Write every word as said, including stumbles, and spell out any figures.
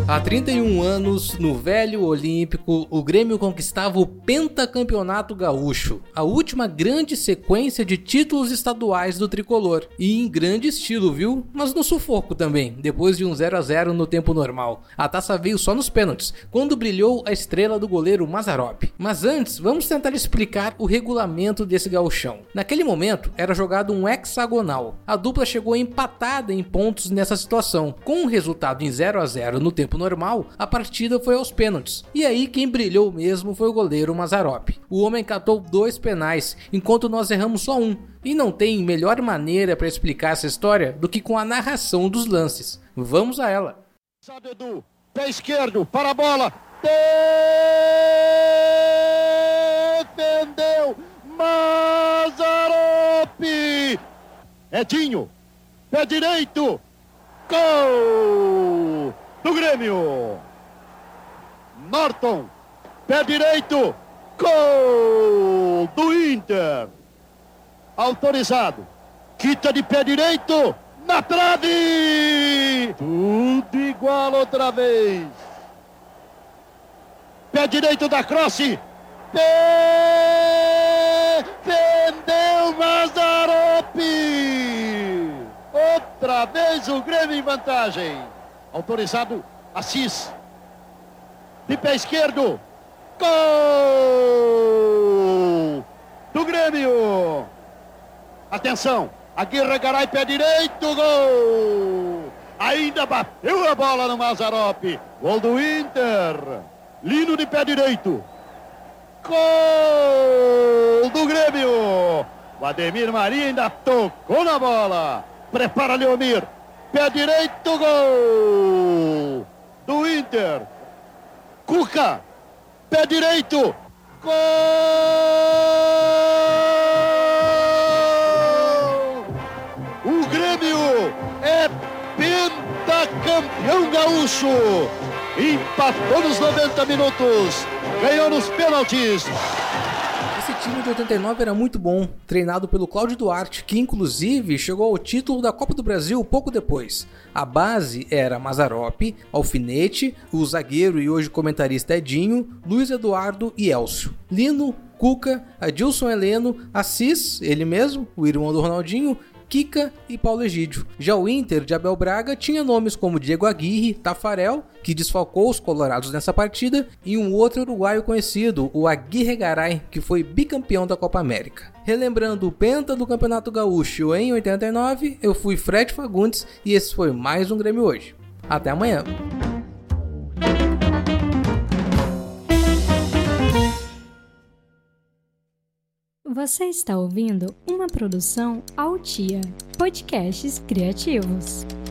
Há trinta e um anos, no velho Olímpico, o Grêmio conquistava o pentacampeonato gaúcho, a última grande sequência de títulos estaduais do tricolor. E em grande estilo, viu? Mas no sufoco também, depois de um zero a zero no tempo normal. A taça veio só nos pênaltis, quando brilhou a estrela do goleiro Mazzaropi. Mas antes, vamos tentar explicar o regulamento desse gauchão. Naquele momento, era jogado um hexagonal. A dupla chegou empatada em pontos nessa situação. Com o resultado em zero a zero no tempo normal, a partida foi aos pênaltis. E aí quem brilhou mesmo foi o goleiro Mazzaropi. O homem catou dois penais, enquanto nós erramos só um. E não tem melhor maneira para explicar essa história do que com a narração dos lances. Vamos a ela. Edu, pé esquerdo, para a bola. Defendeu Mazzaropi. Edinho, pé direito. Gol do Grêmio. Norton, pé direito. Gol do Inter. Autorizado. Quita de pé direito. Na trave. Tudo igual outra vez. Pé direito da Croce. Defendeu Mazzaropi. Outra vez o Grêmio em vantagem. Autorizado Assis. De pé esquerdo. Gol do Grêmio. Atenção. Aguirre Garay, pé direito. Gol. Ainda bateu a bola no Mazzaropi. Gol do Inter. Lino de pé direito. Gol do Grêmio. O Ademir Maria ainda tocou na bola. Prepara Leomir. Pé direito. Gol do Inter. Cuca. Pé direito. Gol. O Grêmio é pentacampeão gaúcho. Empatou nos noventa minutos. Ganhou nos pênaltis. Esse time de oitenta e nove era muito bom, treinado pelo Cláudio Duarte, que inclusive chegou ao título da Copa do Brasil pouco depois. A base era Mazzaropi, Alfinete, o zagueiro e hoje comentarista Edinho, Luiz Eduardo e Elcio. Lino, Cuca, Adilson Heleno, Assis, ele mesmo, o irmão do Ronaldinho, Kika e Paulo Egídio. Já o Inter de Abel Braga tinha nomes como Diego Aguirre, Tafarel, que desfalcou os colorados nessa partida, e um outro uruguaio conhecido, o Aguirre Garay, que foi bicampeão da Copa América. Relembrando o penta do Campeonato Gaúcho em oitenta e nove, eu fui Fred Fagundes e esse foi mais um Grêmio Hoje. Até amanhã! Você está ouvindo uma produção Altia, podcasts criativos.